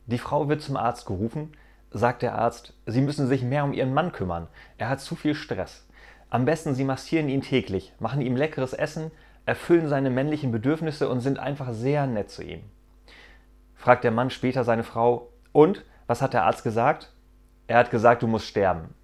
Die Frau wird zum Arzt gerufen, sagt der Arzt, Sie müssen sich mehr um Ihren Mann kümmern. Er hat zu viel Stress. Am besten Sie massieren ihn täglich, machen ihm leckeres Essen, erfüllen seine männlichen Bedürfnisse und sind einfach sehr nett zu ihm. Fragt der Mann später seine Frau, und, was hat der Arzt gesagt? Er hat gesagt, du musst sterben.